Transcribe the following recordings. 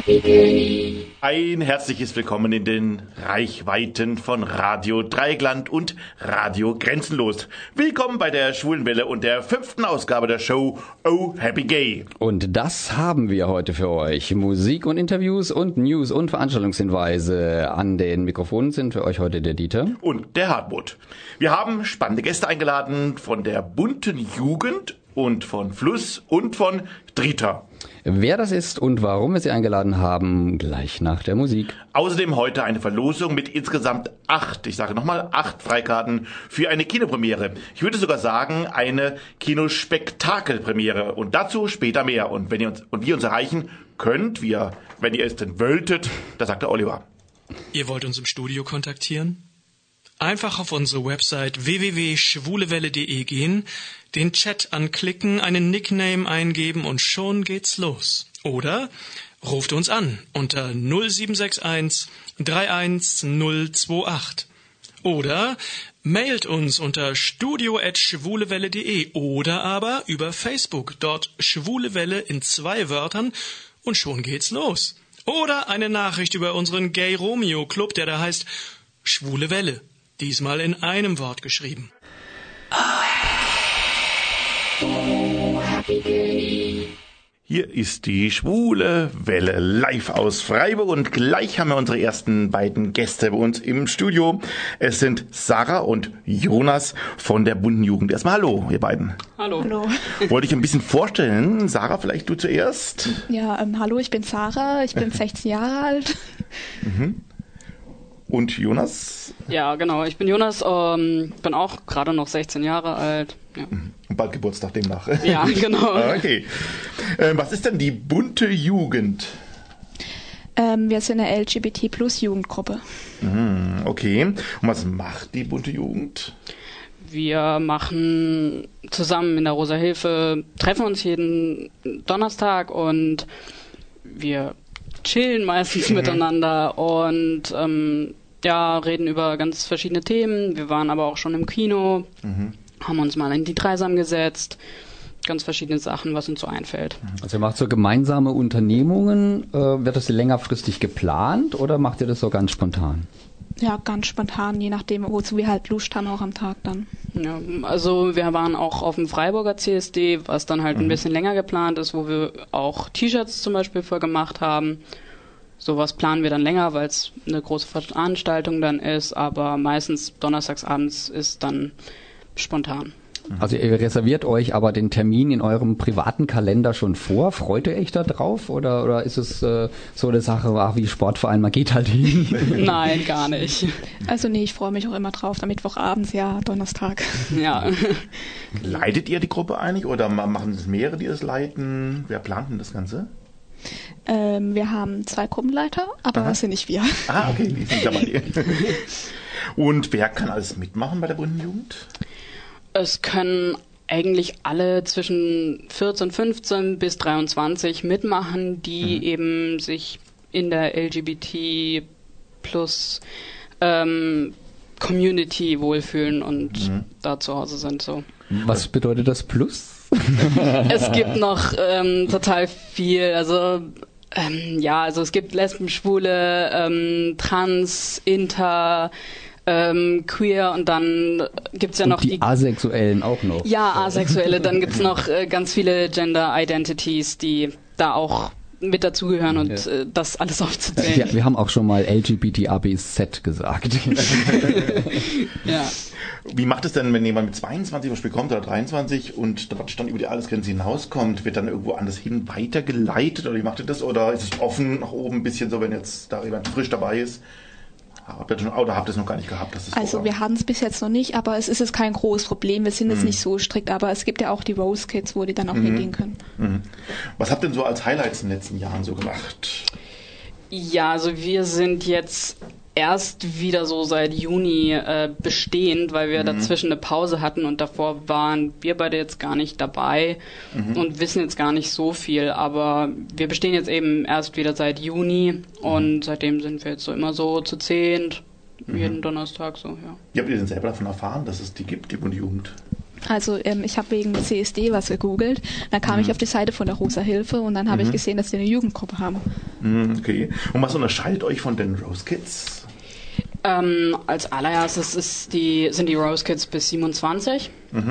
Ein herzliches Willkommen in den Reichweiten von Radio Dreieckland und Radio Grenzenlos. Willkommen bei der Schwulenwelle und der 5. Ausgabe der Show Oh Happy Gay. Und das haben wir heute für euch. Musik und Interviews und News und Veranstaltungshinweise. An den Mikrofonen sind für euch heute der Dieter und der Hartmut. Wir haben spannende Gäste eingeladen von der bunten Jugend und von Fluss und von Drita. Wer das ist und warum wir sie eingeladen haben, gleich nach der Musik. Außerdem heute eine Verlosung mit insgesamt 8 Freikarten für eine Kinopremiere. Ich würde sogar sagen, eine Kinospektakelpremiere. Und dazu später mehr. Und wenn ihr uns erreichen könnt, wenn ihr es denn wolltet, da sagt der Oliver. Ihr wollt uns im Studio kontaktieren? Einfach auf unsere Website www.schwulewelle.de gehen, den Chat anklicken, einen Nickname eingeben und schon geht's los. Oder ruft uns an unter 0761 31028. Oder mailt uns unter studio@schwulewelle.de oder aber über Facebook, dort Schwulewelle in 2 Wörtern und schon geht's los. Oder eine Nachricht über unseren Gay Romeo Club, der da heißt Schwule Welle. Diesmal in einem Wort geschrieben. Hier ist die Schwule Welle live aus Freiburg und gleich haben wir unsere ersten beiden Gäste bei uns im Studio. Es sind Sarah und Jonas von der bunten Jugend. Erstmal hallo, ihr beiden. Hallo. Hallo. Wollte ich ein bisschen vorstellen. Sarah, vielleicht du zuerst. Ja, hallo, ich bin Sarah, ich bin 16 Jahre alt. Und Jonas? Ja, genau. Ich bin Jonas, bin auch gerade noch 16 Jahre alt. Ja. Und bald Geburtstag demnach. Ja, genau. Okay. Was ist denn die bunte Jugend? Wir sind eine LGBT+-Jugendgruppe. Okay. Und was macht die bunte Jugend? Wir machen zusammen in der Rosa Hilfe, treffen uns jeden Donnerstag und wir chillen meistens miteinander und reden über ganz verschiedene Themen. Wir waren aber auch schon im Kino, haben uns mal in die Dreisam gesetzt, ganz verschiedene Sachen, was uns so einfällt. Also ihr macht so gemeinsame Unternehmungen. Wird das längerfristig geplant oder macht ihr das so ganz spontan? Ja, ganz spontan, je nachdem, wozu wir halt Lust haben, auch am Tag dann. Ja, also wir waren auch auf dem Freiburger CSD, was dann halt ein bisschen länger geplant ist, wo wir auch T-Shirts zum Beispiel für gemacht haben. Sowas planen wir dann länger, weil es eine große Veranstaltung dann ist, aber meistens donnerstagsabends ist dann spontan. Also ihr reserviert euch aber den Termin in eurem privaten Kalender schon vor? Freut ihr euch da drauf? Oder ist es so eine Sache, wie Sportverein, man geht halt hin? Nein, gar nicht. Also nee, ich freue mich auch immer drauf, am Mittwochabends, ja, Donnerstag. Ja. Leitet ihr die Gruppe eigentlich oder machen es mehrere, die es leiten? Wer plant denn das Ganze? Wir haben 2 Gruppenleiter, aber das sind nicht wir. Ah, okay, die sind dabei. Und wer kann alles mitmachen bei der bunten Jugend? Es können eigentlich alle zwischen 14, 15 bis 23 mitmachen, die eben sich in der LGBT plus Community wohlfühlen und da zu Hause sind. So. Was bedeutet das Plus? Es gibt noch total viel, also es gibt Lesben, Schwule, Trans, Inter, Queer und dann gibt's ja noch die Asexuellen auch noch. Ja, Asexuelle, dann gibt's noch ganz viele Gender Identities, die da auch mit dazugehören und das alles aufzuzählen. Wir haben auch schon mal LGBT-ABZ gesagt. Ja. Wie macht es denn, wenn jemand mit 22 zum Beispiel kommt oder 23 und dann über die Altersgrenze hinauskommt, wird dann irgendwo anders hin weitergeleitet oder wie macht ihr das? Oder ist es offen nach oben ein bisschen so, wenn jetzt da jemand frisch dabei ist? Habt ihr es noch gar nicht gehabt? Also wir hatten es bis jetzt noch nicht, aber es ist jetzt kein großes Problem. Wir sind jetzt nicht so strikt, aber es gibt ja auch die Rose Kids, wo die dann auch hingehen können. Was habt ihr denn so als Highlights in den letzten Jahren so gemacht? Ja, also wir sind jetzt erst wieder so seit Juni bestehend, weil wir dazwischen eine Pause hatten und davor waren wir beide jetzt gar nicht dabei und wissen jetzt gar nicht so viel, aber wir bestehen jetzt eben erst wieder seit Juni und seitdem sind wir jetzt so immer so zu 10, jeden Donnerstag so, ja. Wie habt ihr denn selber davon erfahren, dass es die gibt, die bunte Jugend? Also ich habe wegen CSD was gegoogelt, dann kam ich auf die Seite von der Rosa Hilfe und dann habe ich gesehen, dass die eine Jugendgruppe haben. Okay. Und was unterscheidet euch von den Rose Kids? Als allererstes sind die Rose Kids bis 27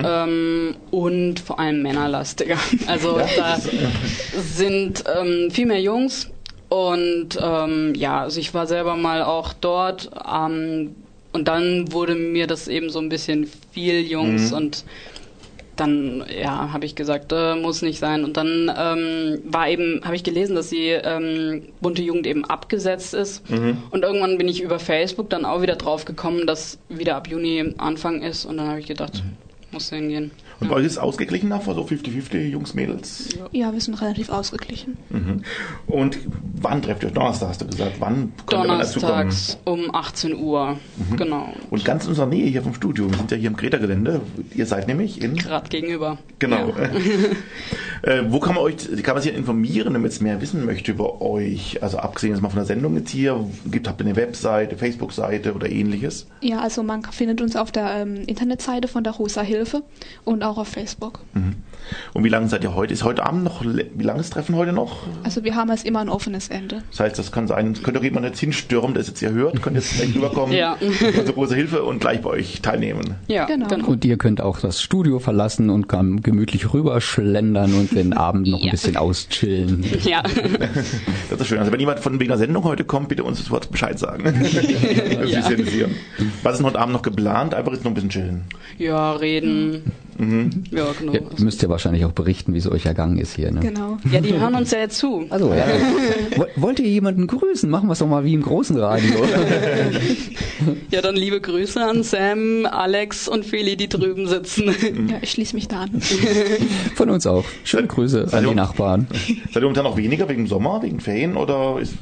und vor allem männerlastiger. Also da sind viel mehr Jungs und also ich war selber mal auch dort und dann wurde mir das eben so ein bisschen viel Jungs und dann habe ich gesagt, muss nicht sein. Und dann habe ich gelesen, dass die bunte Jugend eben abgesetzt ist. Und irgendwann bin ich über Facebook dann auch wieder drauf gekommen, dass wieder ab Juni Anfang ist. Und dann habe ich gedacht, muss hingehen. Und bei euch ist es ausgeglichen nach so 50-50 Jungs, Mädels? Ja, wir sind relativ ausgeglichen. Und wann trefft ihr euch? Donnerstag hast du gesagt. Wann könnt ihr dazu kommen? Donnerstags um 18 Uhr, genau. Und ganz in unserer Nähe hier vom Studio, wir sind ja hier im Greta-Gelände. Ihr seid nämlich in... Gerade gegenüber. Genau. Ja. Wo kann man sich informieren, wenn man jetzt mehr wissen möchte über euch? Also abgesehen jetzt mal von der Sendung jetzt hier, habt ihr eine Webseite, Facebook-Seite oder ähnliches? Ja, also man findet uns auf der Internetseite von der Rosa Hilfe und auch auf Facebook. Und wie lange seid ihr heute? Ist heute Abend noch, wie lange ist das Treffen heute noch? Also wir haben jetzt immer ein offenes Ende. Das heißt, das kann sein, könnt auch jemand jetzt hinstürmen, der es jetzt hier hört, könnt jetzt gleich rüberkommen, also Große Hilfe und gleich bei euch teilnehmen. Ja, genau. Und ihr könnt auch das Studio verlassen und gemütlich rüberschlendern und den Abend noch ein bisschen auschillen. Ja. Das ist schön. Also wenn jemand wegen der Sendung heute kommt, bitte uns das Wort Bescheid sagen. Was ist denn heute Abend noch geplant? Einfach jetzt noch ein bisschen chillen. Ja, reden. Ja, genau. Ihr müsst ja wahrscheinlich auch berichten, wie es euch ergangen ist hier. Ne? Genau. Ja, die hören uns ja jetzt zu. Also, ja. Wollt ihr jemanden grüßen? Machen wir es doch mal wie im großen Radio. Ja, dann liebe Grüße an Sam, Alex und Feli, die drüben sitzen. Ja, ich schließe mich da an. Von uns auch. Schöne Grüße an die Nachbarn. Seid ihr momentan noch weniger wegen Sommer, wegen Ferien oder ist...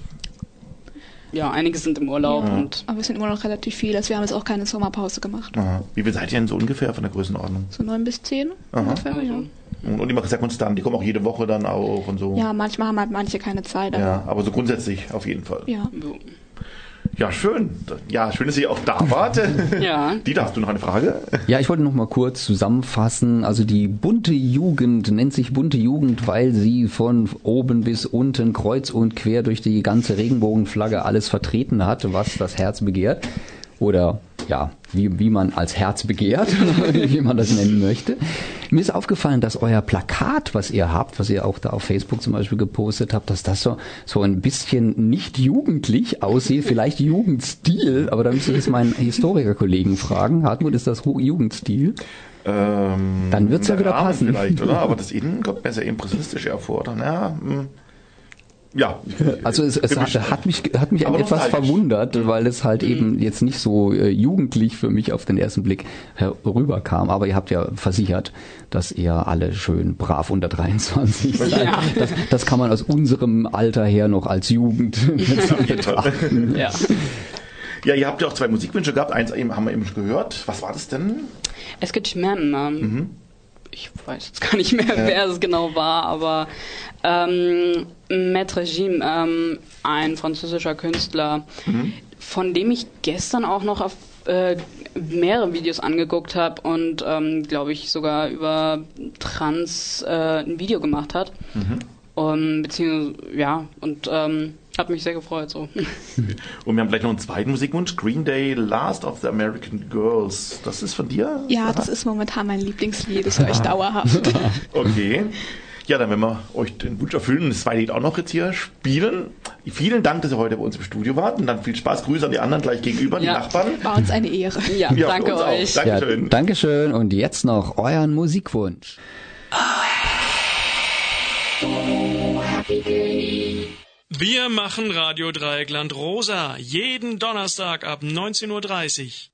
Ja, einige sind im Urlaub. Aber wir sind immer noch relativ viel. Also wir haben jetzt auch keine Sommerpause gemacht. Aha. Wie viel seid ihr denn so ungefähr von der Größenordnung? So 9 bis 10 ungefähr, ja. Und die machen sehr konstant, die kommen auch jede Woche dann auch und so. Ja, manchmal haben halt manche keine Zeit. Aber so grundsätzlich auf jeden Fall. Ja. Ja, schön. Ja, schön, dass ihr auch da wart. Ja. Dieter, hast du noch eine Frage? Ja, ich wollte noch mal kurz zusammenfassen. Also die bunte Jugend nennt sich bunte Jugend, weil sie von oben bis unten kreuz und quer durch die ganze Regenbogenflagge alles vertreten hat, was das Herz begehrt. Oder ja, wie man als Herz begehrt, wie man das nennen möchte. Mir ist aufgefallen, dass euer Plakat, was ihr habt, was ihr auch da auf Facebook zum Beispiel gepostet habt, dass das so ein bisschen nicht jugendlich aussieht, vielleicht Jugendstil, aber da müsste ich jetzt meinen Historikerkollegen fragen. Hartmut, ist das Jugendstil? Dann wird's ja wieder passen. Vielleicht, oder? Aber das Innen kommt mir sehr impressionistisch hervor. Ja. Also es hat mich etwas verwundert, weil es halt eben jetzt nicht so jugendlich für mich auf den ersten Blick herüberkam. Aber ihr habt ja versichert, dass ihr alle schön brav unter 23 seid. Ja. Das kann man aus unserem Alter her noch als Jugend betrachten. Ja. Ja, ihr habt ja auch 2 Musikwünsche gehabt. Eins haben wir eben schon gehört. Was war das denn? Esketchmem. Ich weiß jetzt gar nicht mehr, wer es genau war, aber Maître Gim, ein französischer Künstler, von dem ich gestern auch noch auf mehrere Videos angeguckt habe und glaube ich sogar über Trans ein Video gemacht hat. Hat mich sehr gefreut. So. Und wir haben gleich noch einen zweiten Musikwunsch, Green Day, Last of the American Girls. Das ist von dir? Ja, das ist momentan mein Lieblingslied, das höre ich dauerhaft. Okay. Ja, dann werden wir euch den Wunsch erfüllen, das zweite Lied auch noch jetzt hier spielen. Vielen Dank, dass ihr heute bei uns im Studio wart und dann viel Spaß. Grüße an die anderen gleich gegenüber, die Nachbarn. War uns eine Ehre. Ja, danke euch. Dankeschön. Ja, Dankeschön und jetzt noch euren Musikwunsch. Wir machen Radio Dreieckland Rosa jeden Donnerstag ab 19:30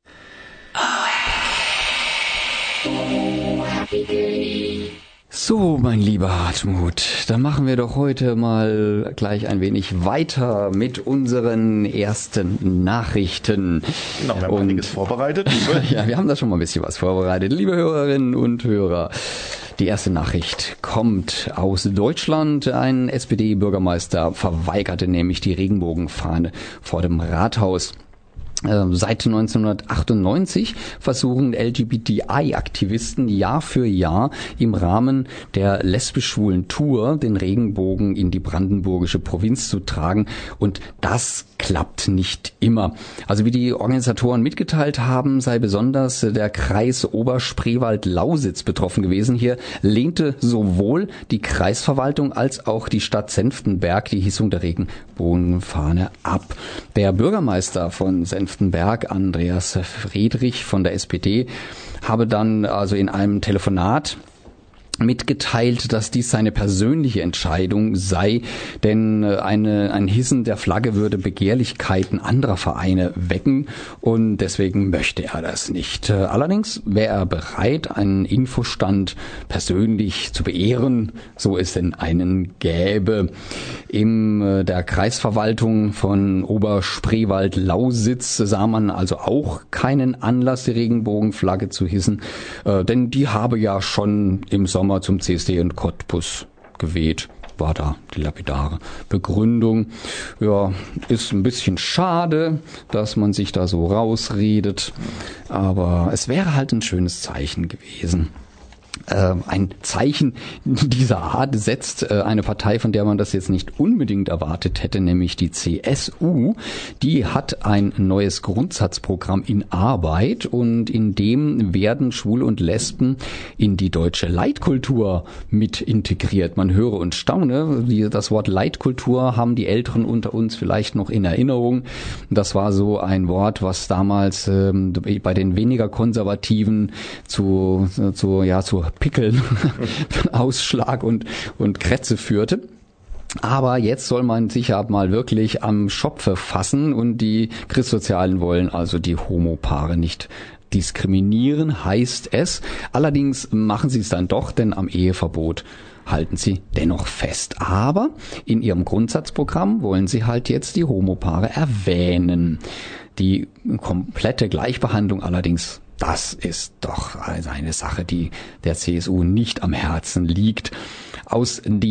Uhr. So, mein lieber Hartmut, dann machen wir doch heute mal gleich ein wenig weiter mit unseren ersten Nachrichten. Genau, wir haben einiges vorbereitet. Ja, wir haben da schon mal ein bisschen was vorbereitet. Liebe Hörerinnen und Hörer, die erste Nachricht kommt aus Deutschland. Ein SPD-Bürgermeister verweigerte nämlich die Regenbogenfahne vor dem Rathaus. Seit 1998 versuchen LGBTI-Aktivisten Jahr für Jahr im Rahmen der lesbisch-schwulen Tour den Regenbogen in die brandenburgische Provinz zu tragen und das klappt nicht immer. Also wie die Organisatoren mitgeteilt haben, sei besonders der Kreis Oberspreewald-Lausitz betroffen gewesen. Hier lehnte sowohl die Kreisverwaltung als auch die Stadt Senftenberg die Hissung der Regenbogenfahne ab. Der Bürgermeister von Senftenberg, Andreas Friedrich von der SPD, habe dann also in einem Telefonat mitgeteilt, dass dies seine persönliche Entscheidung sei, denn ein Hissen der Flagge würde Begehrlichkeiten anderer Vereine wecken und deswegen möchte er das nicht. Allerdings wäre er bereit, einen Infostand persönlich zu beehren, so es denn einen gäbe. In der Kreisverwaltung von Oberspreewald-Lausitz sah man also auch keinen Anlass, die Regenbogenflagge zu hissen, denn die habe ja schon im Sommer zum CSD in Cottbus geweht, war da die lapidare Begründung. Ja, ist ein bisschen schade, dass man sich da so rausredet, aber es wäre halt ein schönes Zeichen gewesen. Ein Zeichen dieser Art setzt eine Partei, von der man das jetzt nicht unbedingt erwartet hätte, nämlich die CSU. Die hat ein neues Grundsatzprogramm in Arbeit und in dem werden Schwule und Lesben in die deutsche Leitkultur mit integriert. Man höre und staune, das Wort Leitkultur haben die Älteren unter uns vielleicht noch in Erinnerung. Das war so ein Wort, was damals bei den weniger Konservativen zu Pickeln, Ausschlag und Krätze führte. Aber jetzt soll man sich ja mal wirklich am Schopfe fassen und die Christsozialen wollen also die Homopaare nicht diskriminieren, heißt es. Allerdings machen sie es dann doch, denn am Eheverbot halten sie dennoch fest. Aber in ihrem Grundsatzprogramm wollen sie halt jetzt die Homopaare erwähnen. Die komplette Gleichbehandlung allerdings, das ist doch also eine Sache, die der CSU nicht am Herzen liegt. Auch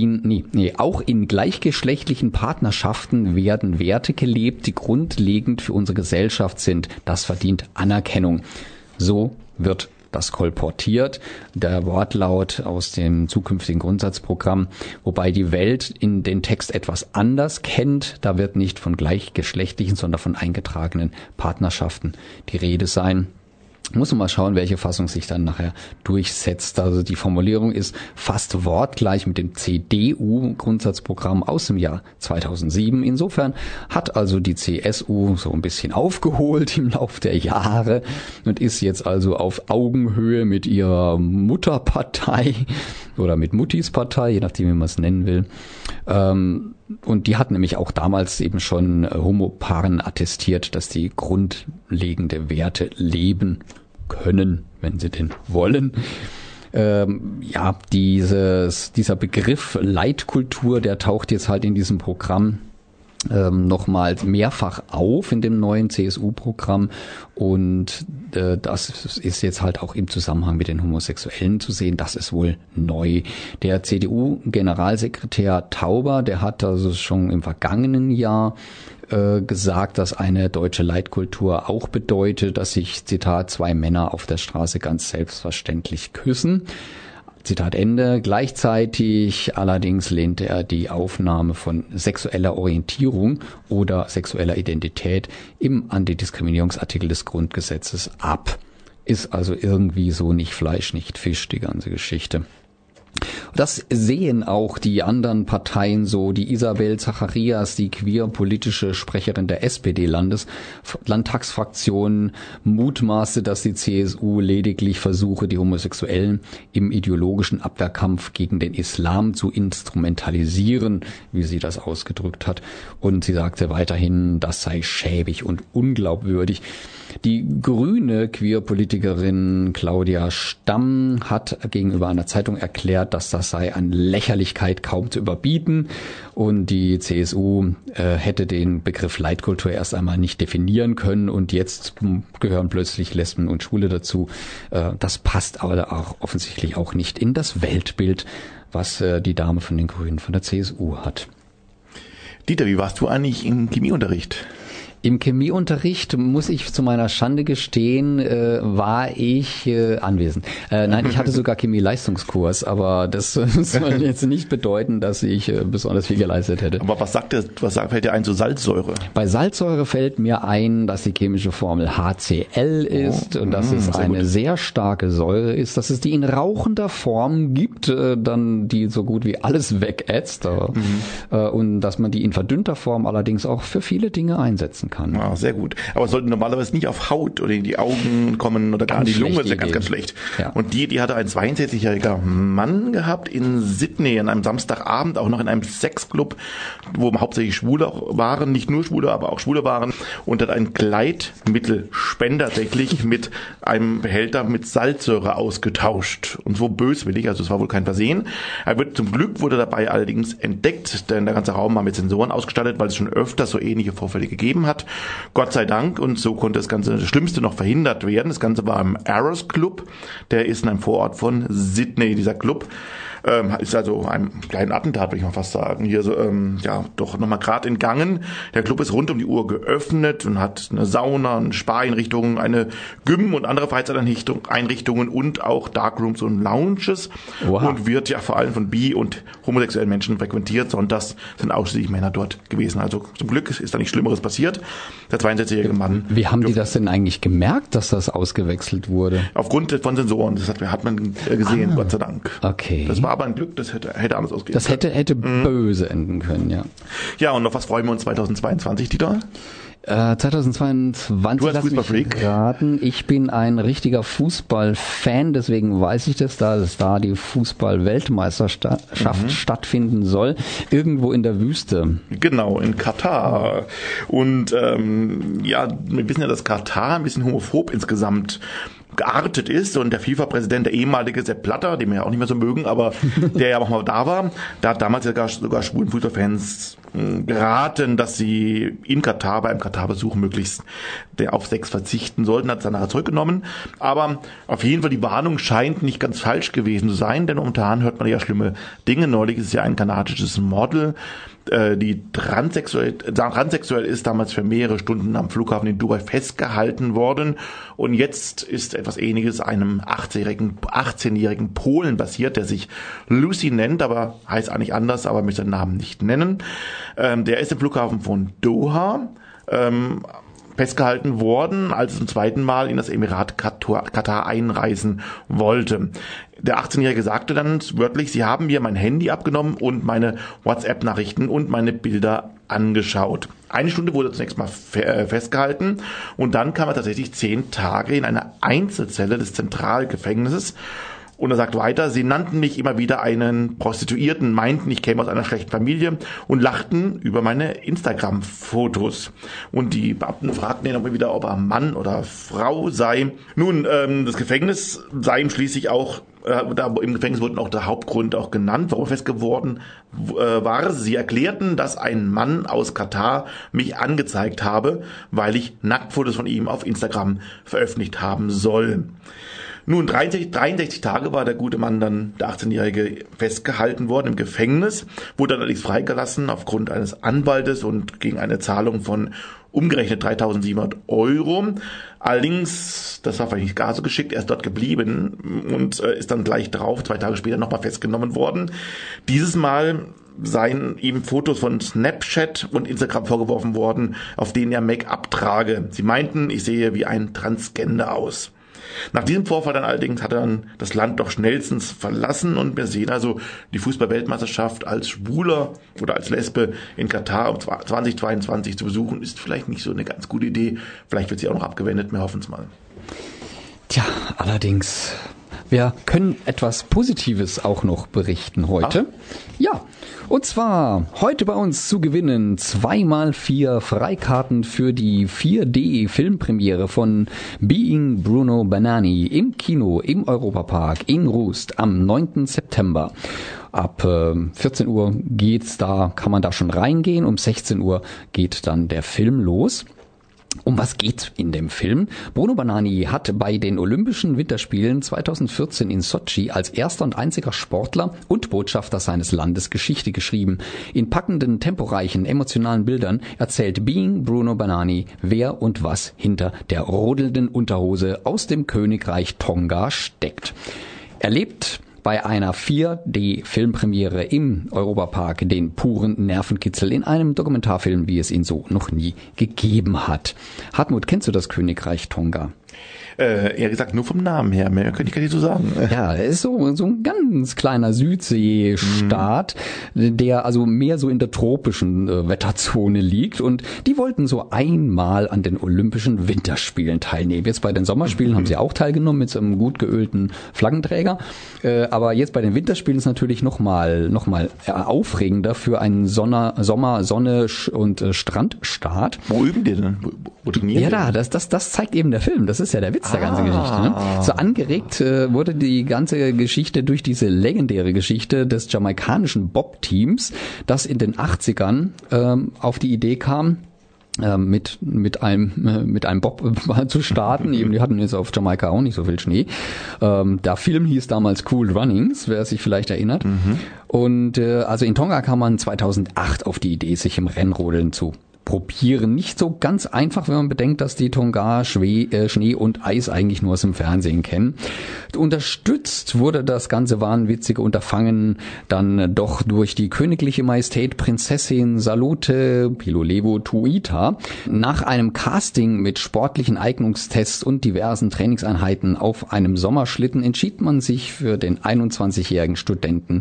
in gleichgeschlechtlichen Partnerschaften werden Werte gelebt, die grundlegend für unsere Gesellschaft sind. Das verdient Anerkennung. So wird das kolportiert, der Wortlaut aus dem zukünftigen Grundsatzprogramm, wobei die Welt in den Text etwas anders kennt. Da wird nicht von gleichgeschlechtlichen, sondern von eingetragenen Partnerschaften die Rede sein. Muss man mal schauen, welche Fassung sich dann nachher durchsetzt. Also die Formulierung ist fast wortgleich mit dem CDU-Grundsatzprogramm aus dem Jahr 2007. Insofern hat also die CSU so ein bisschen aufgeholt im Laufe der Jahre und ist jetzt also auf Augenhöhe mit ihrer Mutterpartei oder mit Muttis Partei, je nachdem, wie man es nennen will. Und die hat nämlich auch damals eben schon Homopaaren attestiert, dass die grundlegende Werte leben können, wenn sie denn wollen. Dieser Begriff Leitkultur, der taucht jetzt halt in diesem Programm nochmal mehrfach auf in dem neuen CSU-Programm und das ist jetzt halt auch im Zusammenhang mit den Homosexuellen zu sehen. Das ist wohl neu. Der CDU-Generalsekretär Tauber, der hat also schon im vergangenen Jahr gesagt, dass eine deutsche Leitkultur auch bedeutet, dass sich, Zitat, zwei Männer auf der Straße ganz selbstverständlich küssen. Zitat Ende. Gleichzeitig allerdings lehnte er die Aufnahme von sexueller Orientierung oder sexueller Identität im Antidiskriminierungsartikel des Grundgesetzes ab. Ist also irgendwie so nicht Fleisch, nicht Fisch, die ganze Geschichte. Das sehen auch die anderen Parteien so. Die Isabel Zacharias, die queer-politische Sprecherin der SPD-Landtagsfraktion, mutmaßte, dass die CSU lediglich versuche, die Homosexuellen im ideologischen Abwehrkampf gegen den Islam zu instrumentalisieren, wie sie das ausgedrückt hat. Und sie sagte weiterhin, das sei schäbig und unglaubwürdig. Die grüne Queer-Politikerin Claudia Stamm hat gegenüber einer Zeitung erklärt, dass das sei an Lächerlichkeit kaum zu überbieten und die CSU hätte den Begriff Leitkultur erst einmal nicht definieren können und jetzt gehören plötzlich Lesben und Schwule dazu. Das passt aber auch offensichtlich auch nicht in das Weltbild, was die Dame von den Grünen von der CSU hat. Dieter, wie warst du eigentlich im Chemieunterricht? Im Chemieunterricht, muss ich zu meiner Schande gestehen, war ich anwesend. Nein, ich hatte sogar Chemie-Leistungskurs, aber das soll jetzt nicht bedeuten, dass ich besonders viel geleistet hätte. Aber fällt dir ein zu Salzsäure? Bei Salzsäure fällt mir ein, dass die chemische Formel HCl ist und dass es eine sehr starke Säure ist, dass es die in rauchender Form gibt, dann die so gut wie alles wegätzt und dass man die in verdünnter Form allerdings auch für viele Dinge einsetzen kann. Ah, sehr gut. Aber es sollte normalerweise nicht auf Haut oder in die Augen kommen oder gar in die Lunge, das ist ja ganz, ganz schlecht. Ja. Und die hatte ein 62-jähriger Mann gehabt in Sydney an einem Samstagabend, auch noch in einem Sexclub, wo hauptsächlich Schwule waren, nicht nur Schwule, aber auch Schwule waren, und hat einen Gleitmittelspender tatsächlich mit einem Behälter mit Salzsäure ausgetauscht. Und so böswillig, also es war wohl kein Versehen. Zum Glück wurde dabei allerdings entdeckt, denn der ganze Raum war mit Sensoren ausgestattet, weil es schon öfter so ähnliche Vorfälle gegeben hat. Gott sei Dank. Und so konnte das Schlimmste noch verhindert werden. Das Ganze war im Arrows Club. Der ist in einem Vorort von Sydney, dieser Club. Ist also einem kleinen Attentat, würde ich mal fast sagen. Hier so, doch nochmal gerade entgangen. Der Club ist rund um die Uhr geöffnet und hat eine Sauna, eine Spa-Einrichtung, eine Gym und andere Freizeiteinrichtungen und auch Darkrooms und Lounges. Wow. Und wird ja vor allem von bi- und homosexuellen Menschen frequentiert. Sonntags sind ausschließlich Männer dort gewesen. Also zum Glück ist da nichts Schlimmeres passiert. Der 62-jährige Mann. Wie haben die das denn eigentlich gemerkt, dass das ausgewechselt wurde? Aufgrund von Sensoren. Das hat man gesehen, Gott sei Dank. Okay. Das war aber ein Glück, das hätte anders ausgehen können. Das hätte böse enden können, ja. Ja, und auf was freuen wir uns 2022, Dieter? 2022, du als Fußballfreak? Raten. Ich bin ein richtiger Fußballfan, deswegen weiß ich das, dass da die Fußball-Weltmeisterschaft stattfinden soll, irgendwo in der Wüste. Genau, in Katar. Und wir wissen ja, dass Katar ein bisschen homophob insgesamt geartet ist, und der FIFA-Präsident, der ehemalige Sepp Blatter, den wir ja auch nicht mehr so mögen, aber der ja auch mal da war, der hat damals sogar schwulen Fußballfans geraten, dass sie in Katar bei einem Katar-Besuch möglichst auf Sex verzichten sollten, hat es dann nachher zurückgenommen. Aber auf jeden Fall, die Warnung scheint nicht ganz falsch gewesen zu sein, denn momentan hört man ja schlimme Dinge. Neulich ist ja ein kanadisches Model, die transsexuell ist, damals für mehrere Stunden am Flughafen in Dubai festgehalten worden, und jetzt ist etwas Ähnliches einem 18-jährigen Polen passiert, der sich Lucy nennt, aber heißt eigentlich anders, aber möchte seinen Namen nicht nennen. Der ist im Flughafen von Doha festgehalten worden, als er zum zweiten Mal in das Emirat Katar einreisen wollte. Der 18-Jährige sagte dann wörtlich, sie haben mir mein Handy abgenommen und meine WhatsApp-Nachrichten und meine Bilder angeschaut. Eine Stunde wurde er zunächst mal festgehalten, und dann kam er tatsächlich 10 Tage in einer Einzelzelle des Zentralgefängnisses. Und er sagt weiter, sie nannten mich immer wieder einen Prostituierten, meinten, ich käme aus einer schlechten Familie und lachten über meine Instagram-Fotos. Und die Beamten fragten ihn immer wieder, ob er Mann oder Frau sei. Nun, das Gefängnis sei ihm schließlich auch, im Gefängnis wurde auch der Hauptgrund auch genannt, warum er fest geworden war. Sie erklärten, dass ein Mann aus Katar mich angezeigt habe, weil ich Nacktfotos von ihm auf Instagram veröffentlicht haben soll. Nun, 63 Tage war der gute Mann dann, der 18-Jährige, festgehalten worden im Gefängnis, wurde allerdings freigelassen aufgrund eines Anwaltes und gegen eine Zahlung von umgerechnet 3.700 €. Allerdings, das war vielleicht nicht gar so geschickt, er ist dort geblieben und ist dann gleich drauf, 2 Tage später nochmal festgenommen worden. Dieses Mal seien ihm Fotos von Snapchat und Instagram vorgeworfen worden, auf denen er Make-up trage. Sie meinten, ich sehe wie ein Transgender aus. Nach diesem Vorfall dann allerdings hat er dann das Land doch schnellstens verlassen, und wir sehen also, die Fußball-Weltmeisterschaft als Schwuler oder als Lesbe in Katar 2022 zu besuchen, ist vielleicht nicht so eine ganz gute Idee. Vielleicht wird sie auch noch abgewendet, wir hoffen es mal. Tja, allerdings, wir können etwas Positives auch noch berichten heute. Ja, und zwar heute bei uns zu gewinnen 2x4 Freikarten für die 4D-Filmpremiere von Being Bruno Banani im Kino im Europapark in Rust am 9. September. Ab 14 Uhr geht's da, kann man da schon reingehen. Um 16 Uhr geht dann der Film los. Um was geht's in dem Film? Bruno Banani hat bei den Olympischen Winterspielen 2014 in Sotschi als erster und einziger Sportler und Botschafter seines Landes Geschichte geschrieben. In packenden, temporeichen, emotionalen Bildern erzählt Being Bruno Banani, wer und was hinter der rodelnden Unterhose aus dem Königreich Tonga steckt. Er lebt bei einer 4D-Filmpremiere im Europapark den puren Nervenkitzel in einem Dokumentarfilm, wie es ihn so noch nie gegeben hat. Hartmut, kennst du das Königreich Tonga? Eher gesagt, nur vom Namen her, mehr kann ich gar nicht so sagen. Ja, es ist so ein ganz kleiner Südseestaat, der also mehr so in der tropischen Wetterzone liegt, und die wollten so einmal an den Olympischen Winterspielen teilnehmen. Jetzt bei den Sommerspielen haben sie auch teilgenommen mit so einem gut geölten Flaggenträger, aber jetzt bei den Winterspielen ist natürlich noch mal aufregender für einen Sommer-, Sonne- und Strandstaat. Wo üben die denn? Wo trainieren die? Ja, das zeigt eben der Film. Das ist ja der Witz der ganzen Geschichte. Ne? So angeregt wurde die ganze Geschichte durch diese legendäre Geschichte des jamaikanischen Bob-Teams, das in den 80ern auf die Idee kam, mit einem Bob zu starten. Eben, die hatten jetzt auf Jamaika auch nicht so viel Schnee. Der Film hieß damals Cool Runnings, wer sich vielleicht erinnert. Und also in Tonga kam man 2008 auf die Idee, sich im Rennrodeln zu probieren. Nicht so ganz einfach, wenn man bedenkt, dass die Tonga Schnee und Eis eigentlich nur aus dem Fernsehen kennen. Unterstützt wurde das ganze wahnwitzige Unterfangen dann doch durch die königliche Majestät Prinzessin Salute Pilolevu Tuita. Nach einem Casting mit sportlichen Eignungstests und diversen Trainingseinheiten auf einem Sommerschlitten entschied man sich für den 21-jährigen Studenten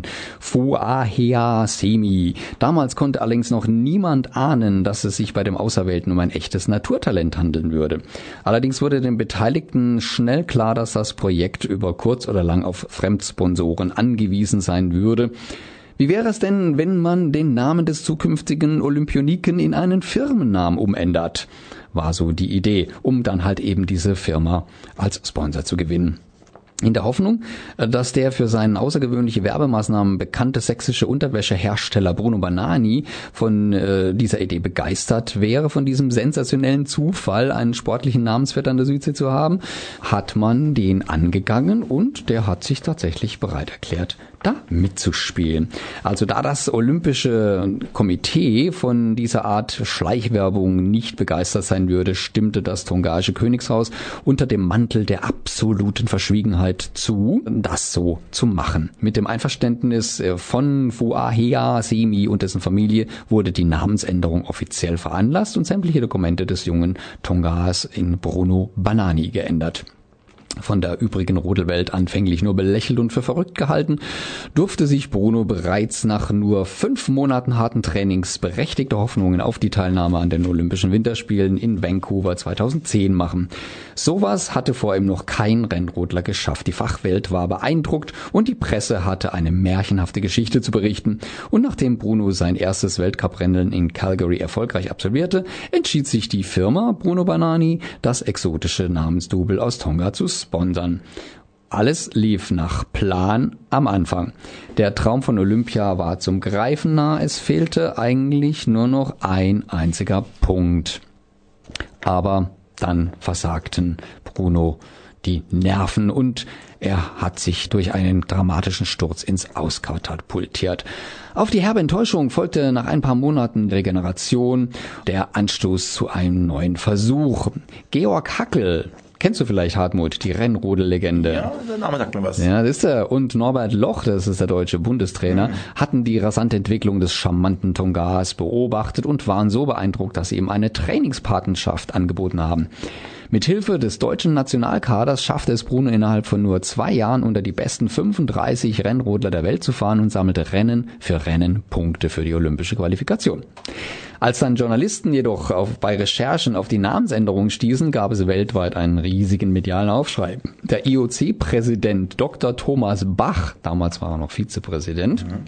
Fuahea Semi. Damals konnte allerdings noch niemand ahnen, dass es sich bei dem Auserwählten um ein echtes Naturtalent handeln würde. Allerdings wurde den Beteiligten schnell klar, dass das Projekt über kurz oder lang auf Fremdsponsoren angewiesen sein würde. Wie wäre es denn, wenn man den Namen des zukünftigen Olympioniken in einen Firmennamen umändert? War so die Idee, um dann halt eben diese Firma als Sponsor zu gewinnen. In der Hoffnung, dass der für seine außergewöhnliche Werbemaßnahmen bekannte sächsische Unterwäschehersteller Bruno Banani von dieser Idee begeistert wäre, von diesem sensationellen Zufall, einen sportlichen Namensvetter an der Südsee zu haben, hat man den angegangen, und der hat sich tatsächlich bereit erklärt, da mitzuspielen. Also da das Olympische Komitee von dieser Art Schleichwerbung nicht begeistert sein würde, stimmte das tongaische Königshaus unter dem Mantel der absoluten Verschwiegenheit zu, das so zu machen. Mit dem Einverständnis von Fuahea Semi und dessen Familie wurde die Namensänderung offiziell veranlasst und sämtliche Dokumente des jungen Tongas in Bruno Banani geändert. Von der übrigen Rodelwelt anfänglich nur belächelt und für verrückt gehalten, durfte sich Bruno bereits nach nur 5 Monaten harten Trainings berechtigte Hoffnungen auf die Teilnahme an den Olympischen Winterspielen in Vancouver 2010 machen. Sowas hatte vor ihm noch kein Rennrodler geschafft. Die Fachwelt war beeindruckt und die Presse hatte eine märchenhafte Geschichte zu berichten. Und nachdem Bruno sein erstes Weltcuprennen in Calgary erfolgreich absolvierte, entschied sich die Firma Bruno Banani, das exotische Namensdouble aus Tonga zu sponsern. Alles lief nach Plan am Anfang. Der Traum von Olympia war zum Greifen nah. Es fehlte eigentlich nur noch ein einziger Punkt. Aber dann versagten Bruno die Nerven und er hat sich durch einen dramatischen Sturz ins Auskatapultiert. Auf die herbe Enttäuschung folgte nach ein paar Monaten Regeneration der Anstoß zu einem neuen Versuch. Georg Hackel, kennst du vielleicht, Hartmut, die Rennrodellegende? Ja, der Name sagt mir was. Ja, das ist er. Und Norbert Loch, das ist der deutsche Bundestrainer, hatten die rasante Entwicklung des charmanten Tongas beobachtet und waren so beeindruckt, dass sie ihm eine Trainingspatenschaft angeboten haben. Mithilfe des deutschen Nationalkaders schaffte es Bruno innerhalb von nur 2 Jahren unter die besten 35 Rennrodler der Welt zu fahren und sammelte Rennen für Rennen Punkte für die olympische Qualifikation. Als dann Journalisten jedoch bei Recherchen auf die Namensänderung stießen, gab es weltweit einen riesigen medialen Aufschrei. Der IOC-Präsident Dr. Thomas Bach, damals war er noch Vizepräsident,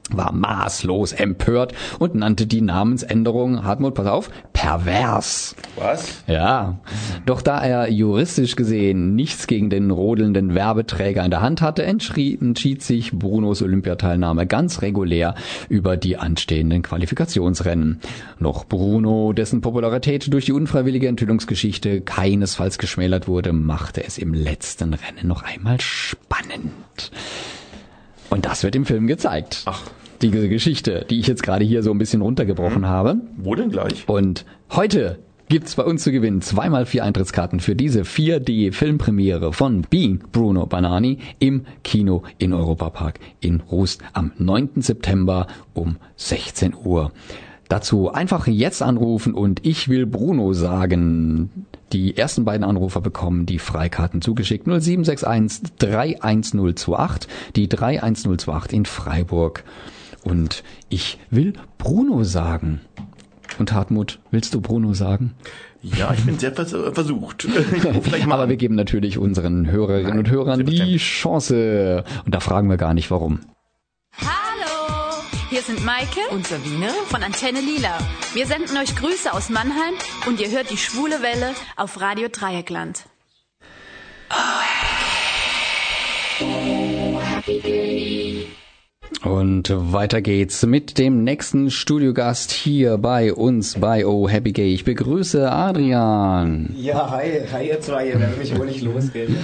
war maßlos empört und nannte die Namensänderung, Hartmut, pass auf, pervers. Was? Ja, doch da er juristisch gesehen nichts gegen den rodelnden Werbeträger in der Hand hatte, entschied sich Brunos Olympiateilnahme ganz regulär über die anstehenden Qualifikationsrennen. Noch Bruno, dessen Popularität durch die unfreiwillige Enthüllungsgeschichte keinesfalls geschmälert wurde, machte es im letzten Rennen noch einmal spannend. Und das wird im Film gezeigt. Ach. Diese Geschichte, die ich jetzt gerade hier so ein bisschen runtergebrochen habe. Wo denn gleich? Und heute gibt's bei uns zu gewinnen 2x4 Eintrittskarten für diese 4D-Filmpremiere von Being Bruno Banani im Kino in Europapark in Rust am 9. September um 16 Uhr. Dazu einfach jetzt anrufen und ich will Bruno sagen. Die ersten beiden Anrufer bekommen die Freikarten zugeschickt. 0761 31028, die 31028 in Freiburg. Und ich will Bruno sagen. Und Hartmut, willst du Bruno sagen? Ja, ich bin sehr versucht. Aber wir geben natürlich unseren Hörerinnen und Hörern die Chance. Und da fragen wir gar nicht, warum. Hallo, hier sind Maike und Sabine von Antenne Lila. Wir senden euch Grüße aus Mannheim und ihr hört die Schwule Welle auf Radio Dreieckland. Und weiter geht's mit dem nächsten Studiogast hier bei uns bei Oh Happy Gay. Ich begrüße Adrian. Ja, hi ihr zwei, ihr werdet mich wohl nicht losgehen.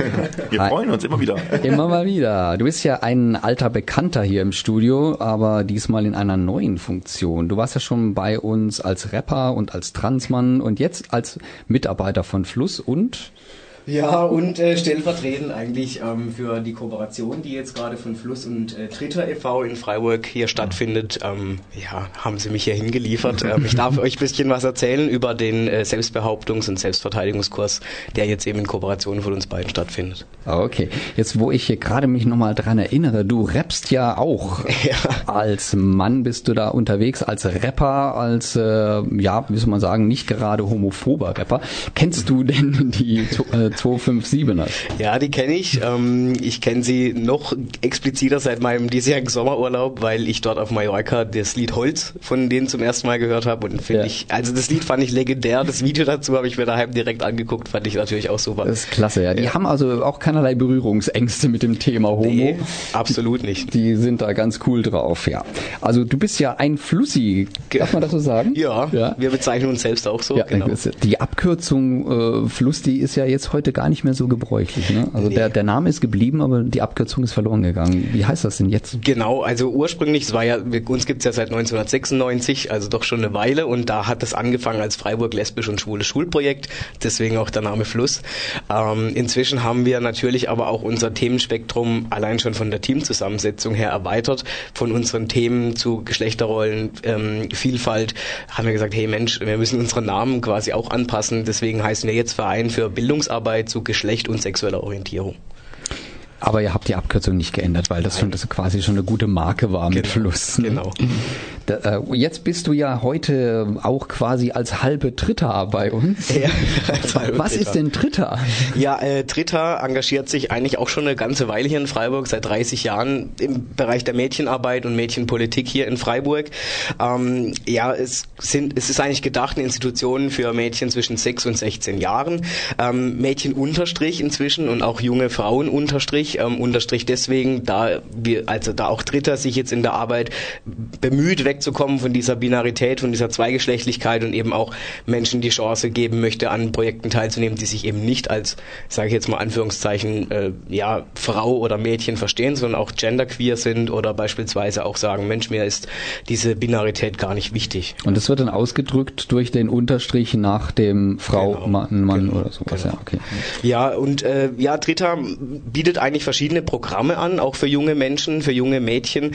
Wir freuen uns immer wieder. Immer mal wieder. Du bist ja ein alter Bekannter hier im Studio, aber diesmal in einer neuen Funktion. Du warst ja schon bei uns als Rapper und als Transmann und jetzt als Mitarbeiter von Fluss und... Ja, und stellvertretend eigentlich für die Kooperation, die jetzt gerade von Fluss und Tritter e.V. in Freiburg hier stattfindet, haben sie mich hier hingeliefert. Ich darf euch ein bisschen was erzählen über den Selbstbehauptungs- und Selbstverteidigungskurs, der jetzt eben in Kooperation von uns beiden stattfindet. Okay, jetzt wo ich hier gerade mich nochmal dran erinnere, du rappst ja auch. Ja. Als Mann bist du da unterwegs, als Rapper, als, wie soll man sagen, nicht gerade homophober Rapper. Kennst du denn die 257er? Ja, die kenne ich. Ich kenne sie noch expliziter seit meinem diesjährigen Sommerurlaub, weil ich dort auf Mallorca das Lied Holz von denen zum ersten Mal gehört habe und das Lied fand ich legendär. Das Video dazu habe ich mir daheim direkt angeguckt, fand ich natürlich auch super. Das ist klasse, ja. Die haben also auch keinerlei Berührungsängste mit dem Thema Homo. Nee, absolut nicht. Die sind da ganz cool drauf, ja. Also du bist ja ein Flussi, darf man das so sagen? Ja, wir bezeichnen uns selbst auch so. Ja, genau. Die Abkürzung Fluss, die ist ja jetzt heute gar nicht mehr so gebräuchlich. Ne? Also nee. der Name ist geblieben, aber die Abkürzung ist verloren gegangen. Wie heißt das denn jetzt? Genau, also ursprünglich, uns gibt's ja seit 1996, also doch schon eine Weile, und da hat es angefangen als Freiburg lesbisch und schwules Schulprojekt, deswegen auch der Name Fluss. Inzwischen haben wir natürlich aber auch unser Themenspektrum allein schon von der Teamzusammensetzung her erweitert, von unseren Themen zu Geschlechterrollen, Vielfalt, haben wir gesagt, hey Mensch, wir müssen unseren Namen quasi auch anpassen, deswegen heißen wir jetzt Verein für Bildungsarbeit zu Geschlecht und sexueller Orientierung. Aber ihr habt die Abkürzung nicht geändert, weil das quasi schon eine gute Marke war mit Fluss. Ne? Genau. Jetzt bist du ja heute auch quasi als halbe Tritter bei uns. Ja, als halbe Was Tritter. ist denn Tritter? Ja, Tritter engagiert sich eigentlich auch schon eine ganze Weile hier in Freiburg, seit 30 Jahren im Bereich der Mädchenarbeit und Mädchenpolitik hier in Freiburg. Es ist eigentlich gedacht, eine Institution für Mädchen zwischen 6 und 16 Jahren. Mädchen unterstrich inzwischen und auch junge Frauen unterstrich deswegen, da auch Tritter sich jetzt in der Arbeit bemüht, wegzukommen von dieser Binarität, von dieser Zweigeschlechtlichkeit und eben auch Menschen die Chance geben möchte, an Projekten teilzunehmen, die sich eben nicht als, sage ich jetzt mal Anführungszeichen, Frau oder Mädchen verstehen, sondern auch genderqueer sind oder beispielsweise auch sagen, Mensch, mir ist diese Binarität gar nicht wichtig. Und das wird dann ausgedrückt durch den Unterstrich nach dem Frau, Genau, Mann oder sowas. Genau. Ja, okay. Ja, und Tritter bietet eigentlich verschiedene Programme an, auch für junge Menschen, für junge Mädchen,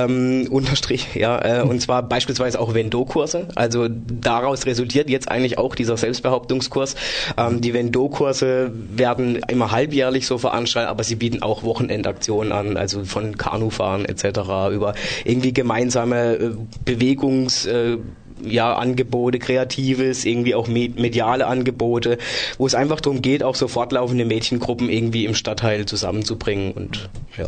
und zwar beispielsweise auch Vendo-Kurse. Also daraus resultiert jetzt eigentlich auch dieser Selbstbehauptungskurs. Die Vendo-Kurse werden immer halbjährlich so veranstaltet, aber sie bieten auch Wochenendaktionen an, also von Kanufahren etc. über irgendwie gemeinsame Angebote, Kreatives, irgendwie auch mediale Angebote, wo es einfach darum geht, auch so fortlaufende Mädchengruppen irgendwie im Stadtteil zusammenzubringen und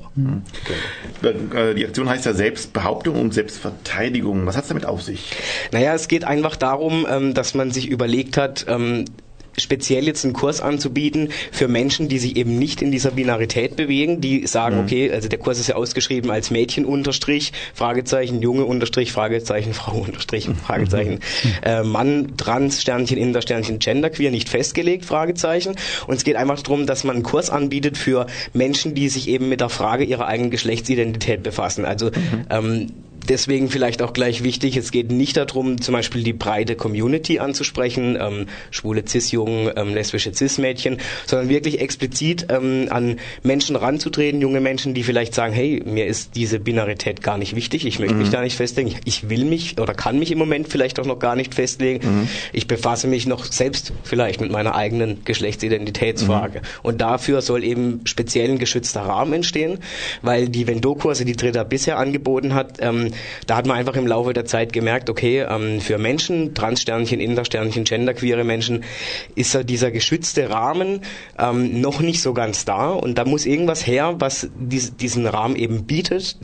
Die Aktion heißt ja Selbstbehauptung und Selbstverteidigung. Was hat es damit auf sich? Naja, es geht einfach darum, dass man sich überlegt hat, speziell jetzt einen Kurs anzubieten für Menschen, die sich eben nicht in dieser Binarität bewegen, die sagen, okay, also der Kurs ist ja ausgeschrieben als Mädchen unterstrich, Fragezeichen, Junge unterstrich, Fragezeichen, Frau unterstrich, Fragezeichen, Mann, Trans, Sternchen, Inter, Sternchen, Genderqueer, nicht festgelegt, Fragezeichen. Und es geht einfach darum, dass man einen Kurs anbietet für Menschen, die sich eben mit der Frage ihrer eigenen Geschlechtsidentität befassen. Also deswegen vielleicht auch gleich wichtig, es geht nicht darum, zum Beispiel die breite Community anzusprechen, schwule Cis-Jungen, lesbische Cis-Mädchen, sondern wirklich explizit an Menschen ranzutreten, junge Menschen, die vielleicht sagen, hey, mir ist diese Binarität gar nicht wichtig, ich möchte mich da nicht festlegen, ich will mich oder kann mich im Moment vielleicht auch noch gar nicht festlegen, ich befasse mich noch selbst vielleicht mit meiner eigenen Geschlechtsidentitätsfrage. Und dafür soll eben speziell ein geschützter Rahmen entstehen, weil die Vendo-Kurse, die Trita bisher angeboten hat, da hat man einfach im Laufe der Zeit gemerkt, okay, für Menschen, Transsternchen, Intersternchen, genderqueere Menschen, ist dieser geschützte Rahmen noch nicht so ganz da und da muss irgendwas her, was diesen Rahmen eben bietet,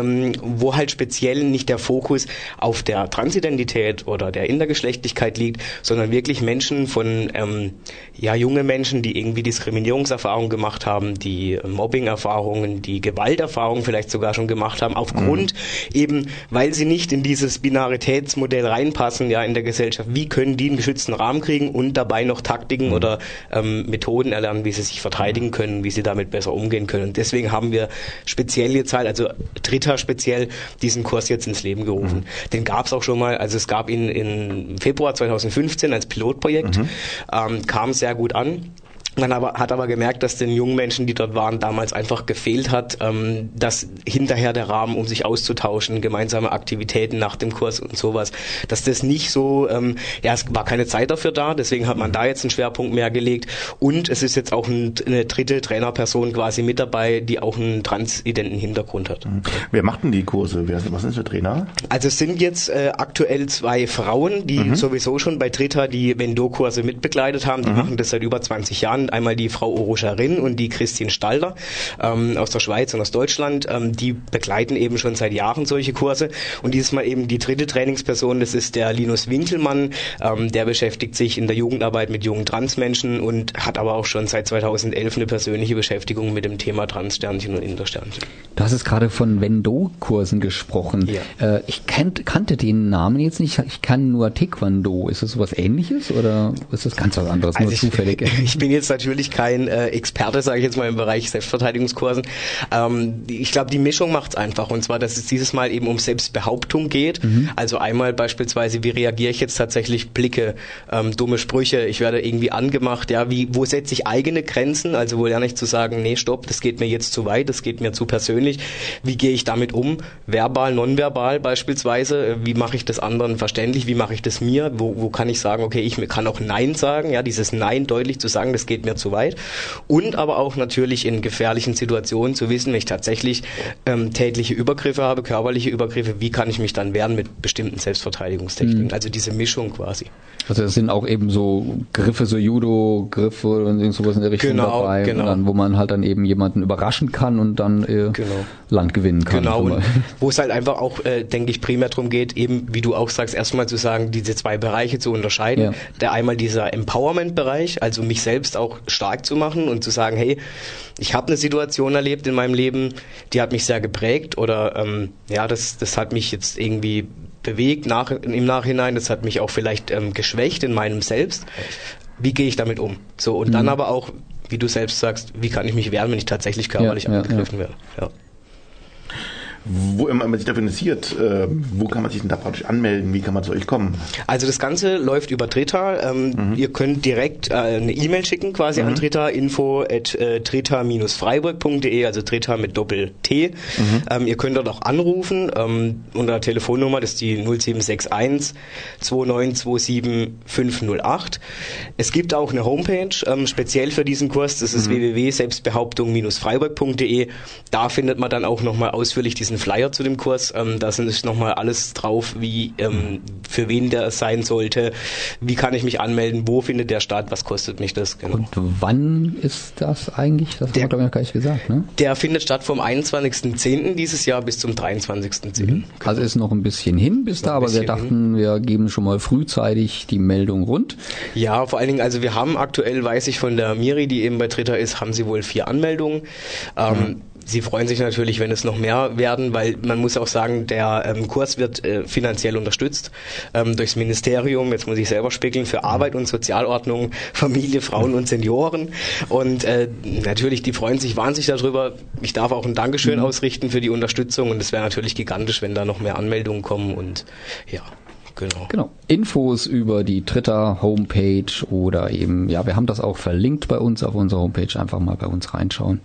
wo halt speziell nicht der Fokus auf der Transidentität oder der Intergeschlechtlichkeit liegt, sondern wirklich Menschen von, junge Menschen, die irgendwie Diskriminierungserfahrungen gemacht haben, die Mobbing-Erfahrungen, die Gewalterfahrungen vielleicht sogar schon gemacht haben, aufgrund eben, weil sie nicht in dieses Binaritätsmodell reinpassen, in der Gesellschaft. Wie können die einen geschützten Rahmen kriegen und dabei noch Taktiken oder Methoden erlernen, wie sie sich verteidigen können, wie sie damit besser umgehen können. Und deswegen haben wir speziell jetzt halt, also Trita speziell, diesen Kurs jetzt ins Leben gerufen. Den gab es auch schon mal, also es gab ihn im Februar 2015 als Pilotprojekt, kam sehr gut an. Man hat aber gemerkt, dass den jungen Menschen, die dort waren, damals einfach gefehlt hat, dass hinterher der Rahmen, um sich auszutauschen, gemeinsame Aktivitäten nach dem Kurs und sowas, dass das nicht so, es war keine Zeit dafür da, deswegen hat man da jetzt einen Schwerpunkt mehr gelegt und es ist jetzt auch eine dritte Trainerperson quasi mit dabei, die auch einen transidenten Hintergrund hat. Wer macht denn die Kurse? Was sind das für Trainer? Also es sind jetzt aktuell 2 Frauen, die sowieso schon bei Trita die Vendo-Kurse mitbegleitet haben, die machen das seit über 20 Jahren. Einmal die Frau Orocharin und die Christine Stalder aus der Schweiz und aus Deutschland. Die begleiten eben schon seit Jahren solche Kurse. Und dieses Mal eben die dritte Trainingsperson, das ist der Linus Winkelmann. Der beschäftigt sich in der Jugendarbeit mit jungen Transmenschen und hat aber auch schon seit 2011 eine persönliche Beschäftigung mit dem Thema Transsternchen und Intersternchen. Du hast jetzt gerade von Vendo-Kursen gesprochen. Ja. Ich kannte den Namen jetzt nicht. Ich kann nur Taekwondo. Ist das sowas Ähnliches oder ist das ganz was anderes, nur zufällig? Ich bin jetzt natürlich kein Experte, sage ich jetzt mal, im Bereich Selbstverteidigungskursen. Ich glaube, die Mischung macht's einfach. Und zwar, dass es dieses Mal eben um Selbstbehauptung geht. Also einmal beispielsweise, wie reagiere ich jetzt tatsächlich Blicke, dumme Sprüche, ich werde irgendwie angemacht, wo setze ich eigene Grenzen? Also wo lerne ich zu sagen, nee, stopp, das geht mir jetzt zu weit, das geht mir zu persönlich. Wie gehe ich damit um? Verbal, nonverbal beispielsweise. Wie mache ich das anderen verständlich? Wie mache ich das mir? Wo kann ich sagen, okay, ich kann auch Nein sagen, dieses Nein deutlich zu sagen, das geht mir zu weit. Und aber auch natürlich in gefährlichen Situationen zu wissen, wenn ich tatsächlich tätliche Übergriffe habe, körperliche Übergriffe, wie kann ich mich dann wehren mit bestimmten Selbstverteidigungstechniken. Also diese Mischung quasi. Also das sind auch eben so Griffe, so Judo-Griffe und sowas in der Richtung dabei, und dann, wo man halt dann eben jemanden überraschen kann und dann Land gewinnen kann. Genau, und wo es halt einfach auch, denke ich, primär darum geht, eben, wie du auch sagst, erstmal zu sagen, diese 2 Bereiche zu unterscheiden. Ja. Der einmal dieser Empowerment-Bereich, also mich selbst auch stark zu machen und zu sagen, hey, ich habe eine Situation erlebt in meinem Leben, die hat mich sehr geprägt oder das hat mich jetzt irgendwie bewegt im Nachhinein, das hat mich auch vielleicht geschwächt in meinem Selbst. Wie gehe ich damit um? So, und dann aber auch, wie du selbst sagst, wie kann ich mich wehren, wenn ich tatsächlich körperlich angegriffen werde? Ja. Wo immer man sich dafür interessiert, wo kann man sich denn da praktisch anmelden? Wie kann man zu euch kommen? Also das Ganze läuft über Trita. Ihr könnt direkt eine E-Mail schicken quasi an Trita, info@trita-freiburg.de, also Trita mit Doppel-T. Ihr könnt dort auch anrufen unter der Telefonnummer, das ist die 0761 2927 508. Es gibt auch eine Homepage, speziell für diesen Kurs, das ist www.selbstbehauptung-freiburg.de. Da findet man dann auch nochmal ausführlich diesen einen Flyer zu dem Kurs. Da ist nochmal alles drauf, wie für wen der sein sollte, wie kann ich mich anmelden, wo findet der statt, was kostet mich das. Genau. Und wann ist das eigentlich? Das haben wir, glaube ich, noch gar nicht gesagt, ne? Der findet statt vom 21.10. dieses Jahr bis zum 23.10. Also ist noch ein bisschen hin bis da, aber wir dachten, wir geben schon mal frühzeitig die Meldung rund. Ja, vor allen Dingen, also wir haben aktuell, weiß ich von der Miri, die eben bei Dritter ist, haben sie wohl 4 Anmeldungen. Sie freuen sich natürlich, wenn es noch mehr werden, weil man muss auch sagen, der Kurs wird finanziell unterstützt durchs Ministerium, jetzt muss ich selber spiegeln, für Arbeit und Sozialordnung, Familie, Frauen und Senioren. Und natürlich, die freuen sich wahnsinnig darüber. Ich darf auch ein Dankeschön ausrichten für die Unterstützung und es wäre natürlich gigantisch, wenn da noch mehr Anmeldungen kommen und ja. Genau. Infos über die Dritter Homepage oder eben, ja, wir haben das auch verlinkt bei uns auf unserer Homepage, einfach mal bei uns reinschauen.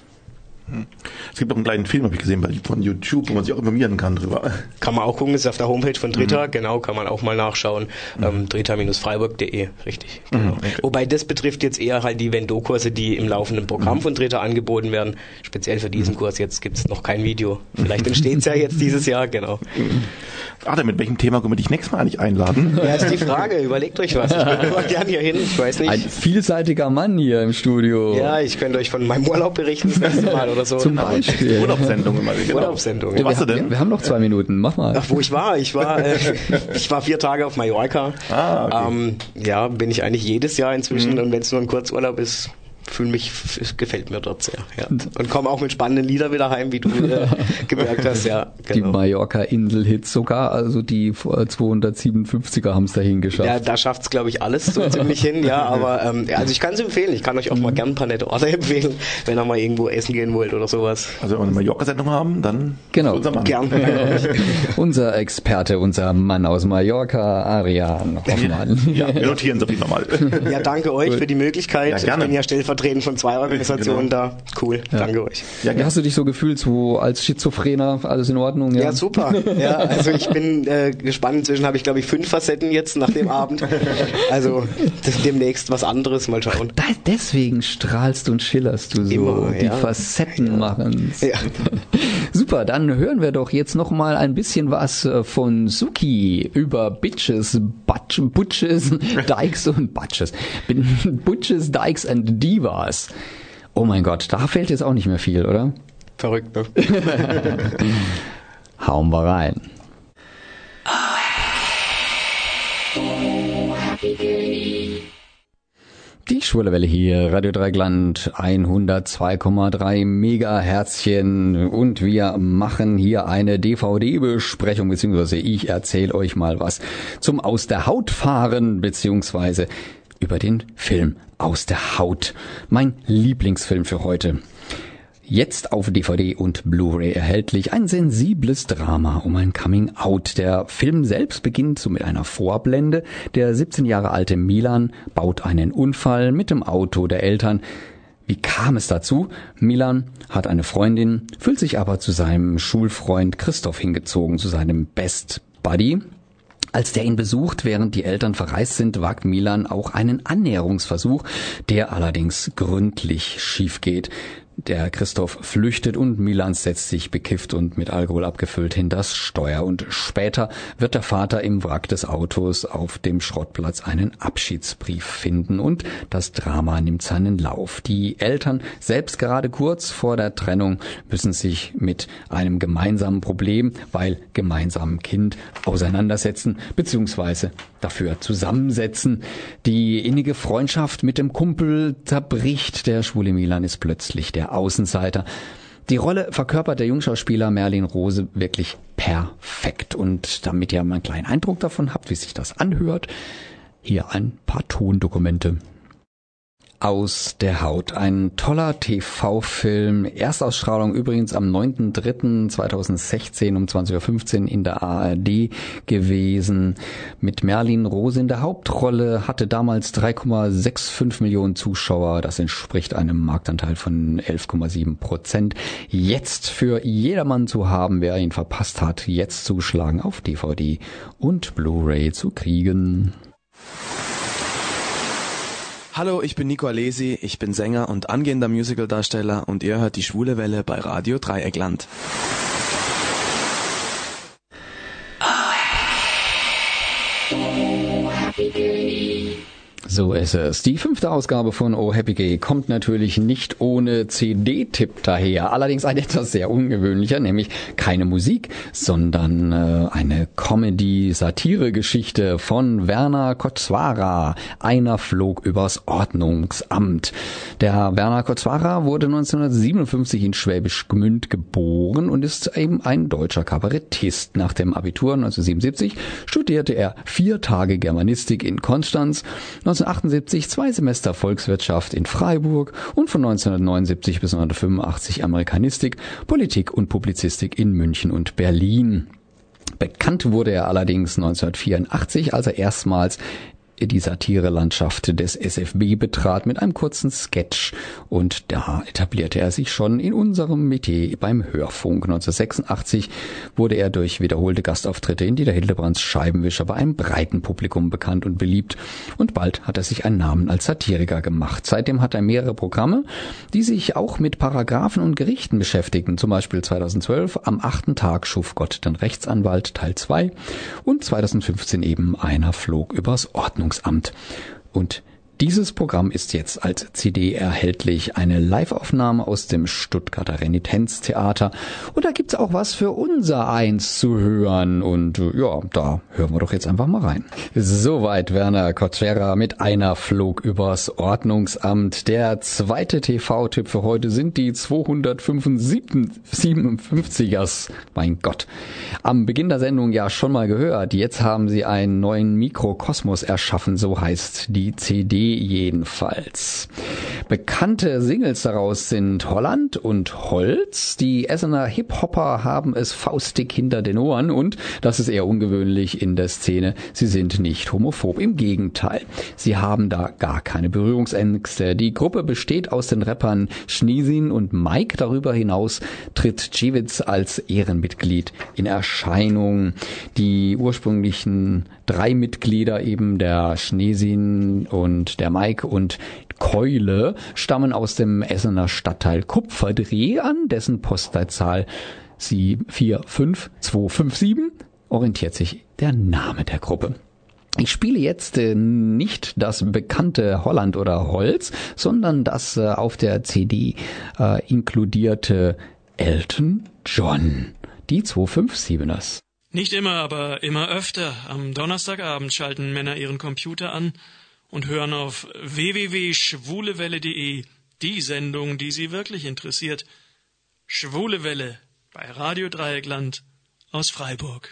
Es gibt auch einen kleinen Film, habe ich gesehen, von YouTube, wo man sich auch informieren kann drüber. Kann man auch gucken, ist auf der Homepage von Dritter, genau, kann man auch mal nachschauen. Dritter-freiburg.de, richtig. Genau. Okay. Wobei das betrifft jetzt eher halt die Vendo-Kurse, die im laufenden Programm von Dritter angeboten werden. Speziell für diesen Kurs jetzt gibt es noch kein Video. Vielleicht entsteht es ja jetzt dieses Jahr, genau. Adam, mit welchem Thema können wir dich nächstes Mal eigentlich einladen? Ja, ist die Frage. Überlegt euch was. Ich bin immer gern hier hin. Ich weiß nicht. Ein vielseitiger Mann hier im Studio. Ja, ich könnte euch von meinem Urlaub berichten das nächste Mal oder so. Zum Beispiel. Urlaubssendung immer. Genau. Urlaubssendung. Wo warst du denn? Wir haben noch 2 Minuten. Mach mal. Ach, wo ich war? Ich war 4 Tage auf Mallorca. Okay. Ja, bin ich eigentlich jedes Jahr inzwischen. Und wenn es nur ein Kurzurlaub ist, es gefällt mir dort sehr. Ja. Und komme auch mit spannenden Liedern wieder heim, wie du gemerkt hast. Ja, genau. Die Mallorca-Insel-Hits sogar, also die 257er haben es dahin geschafft. Ja, da schafft es, glaube ich, alles so ziemlich hin. Ja, aber also ich kann es empfehlen. Ich kann euch auch mal gern ein paar nette Orte empfehlen, wenn ihr mal irgendwo essen gehen wollt oder sowas. Also wenn wir eine Mallorca-Sendung haben, dann genau. Unser Mann. Gern. Unser Experte, unser Mann aus Mallorca, Arian Hoffmann. Ja, wir notieren es auf jeden Fall mal. Ja, danke euch für die Möglichkeit. Ja, gerne. Ich bin ja stellvertretend von 2 Organisationen da. Cool, danke euch. Ja, hast du dich so gefühlt, so als Schizophrener, alles in Ordnung? Ja, super. Ja, also ich bin gespannt. Inzwischen habe ich, glaube ich, 5 Facetten jetzt nach dem Abend. Also demnächst was anderes, mal schauen. Deswegen strahlst und schillerst du so. Immer, die Facetten machen's. Ja. Super, dann hören wir doch jetzt noch mal ein bisschen was von Suki über Butches, Dykes und Butches. Butches, Dykes and Divas. Oh mein Gott, da fehlt jetzt auch nicht mehr viel, oder? Verrückt, ne? Hauen wir rein. Die Schwule Welle hier, Radio Dreieckland 102,3 Megaherzchen und wir machen hier eine DVD-Besprechung, beziehungsweise ich erzähle euch mal was zum Aus der Haut fahren, beziehungsweise über den Film Aus der Haut. Mein Lieblingsfilm für heute. Jetzt auf DVD und Blu-ray erhältlich. Ein sensibles Drama um ein Coming-out. Der Film selbst beginnt so mit einer Vorblende. Der 17 Jahre alte Milan baut einen Unfall mit dem Auto der Eltern. Wie kam es dazu? Milan hat eine Freundin, fühlt sich aber zu seinem Schulfreund Christoph hingezogen, zu seinem Best Buddy. Als der ihn besucht, während die Eltern verreist sind, wagt Milan auch einen Annäherungsversuch, der allerdings gründlich schief geht. Der Christoph flüchtet und Milan setzt sich bekifft und mit Alkohol abgefüllt hinters Steuer. Und später wird der Vater im Wrack des Autos auf dem Schrottplatz einen Abschiedsbrief finden und das Drama nimmt seinen Lauf. Die Eltern, selbst gerade kurz vor der Trennung, müssen sich mit einem gemeinsamen Problem, weil gemeinsamen Kind, auseinandersetzen bzw. dafür zusammensetzen. Die innige Freundschaft mit dem Kumpel zerbricht. Der schwule Milan ist plötzlich der Außenseiter. Die Rolle verkörpert der Jungschauspieler Merlin Rose wirklich perfekt. Und damit ihr mal einen kleinen Eindruck davon habt, wie sich das anhört, hier ein paar Tondokumente. Aus der Haut. Ein toller TV-Film. Erstausstrahlung übrigens am 9.3.2016 um 20.15 Uhr in der ARD gewesen. Mit Merlin Rose in der Hauptrolle, hatte damals 3,65 Millionen Zuschauer. Das entspricht einem Marktanteil von 11,7%. Jetzt für jedermann zu haben, wer ihn verpasst hat, jetzt zuschlagen, auf DVD und Blu-ray zu kriegen. Hallo, ich bin Nico Alesi, ich bin Sänger und angehender Musicaldarsteller und ihr hört die Schwule Welle bei Radio Dreieckland. So ist es. Die 5. Ausgabe von Oh Happy Gay kommt natürlich nicht ohne CD-Tipp daher. Allerdings ein etwas sehr ungewöhnlicher, nämlich keine Musik, sondern eine Comedy-Satire-Geschichte von Werner Kotzwara. Einer flog übers Ordnungsamt. Der Werner Kotzwara wurde 1957 in Schwäbisch Gmünd geboren und ist eben ein deutscher Kabarettist. Nach dem Abitur 1977 studierte er 4 Tage Germanistik in Konstanz, 1978 2 Semester Volkswirtschaft in Freiburg und von 1979 bis 1985 Amerikanistik, Politik und Publizistik in München und Berlin. Bekannt wurde er allerdings 1984, als er erstmals die Satirelandschaft des SFB betrat mit einem kurzen Sketch, und da etablierte er sich schon in unserem Metier beim Hörfunk. 1986 wurde er durch wiederholte Gastauftritte in Dieter Hildebrands Scheibenwischer bei einem breiten Publikum bekannt und beliebt, und bald hat er sich einen Namen als Satiriker gemacht. Seitdem hat er mehrere Programme, die sich auch mit Paragraphen und Gerichten beschäftigten, zum Beispiel 2012 Am 8. Tag schuf Gott den Rechtsanwalt Teil 2 und 2015 eben Einer flog übers Ordnungsamt. Und dieses Programm ist jetzt als CD erhältlich. Eine Live-Aufnahme aus dem Stuttgarter Renitenztheater. Und da gibt's auch was für unser Eins zu hören. Und ja, da hören wir doch jetzt einfach mal rein. Soweit Werner Kotzwara mit Einer flog übers Ordnungsamt. Der zweite TV-Tipp für heute sind die 257ers. Mein Gott. Am Beginn der Sendung ja schon mal gehört. Jetzt haben sie einen neuen Mikrokosmos erschaffen. So heißt die CD jedenfalls. Bekannte Singles daraus sind Holland und Holz. Die Essener Hip-Hopper haben es faustdick hinter den Ohren und, das ist eher ungewöhnlich in der Szene, sie sind nicht homophob. Im Gegenteil, sie haben da gar keine Berührungsängste. Die Gruppe besteht aus den Rappern Schneesin und Mike. Darüber hinaus tritt Cewitz als Ehrenmitglied in Erscheinung. Die ursprünglichen 3 Mitglieder, eben der Schneesin und der Mike und Keule, stammen aus dem Essener Stadtteil Kupferdreh, an dessen Postleitzahl 45257 orientiert sich der Name der Gruppe. Ich spiele jetzt nicht das bekannte Holland oder Holz, sondern das auf der CD inkludierte Elton John, die 257ers. Nicht immer, aber immer öfter. Am Donnerstagabend schalten Männer ihren Computer an und hören auf www.schwulewelle.de die Sendung, die sie wirklich interessiert. Schwule Welle bei Radio Dreieckland aus Freiburg.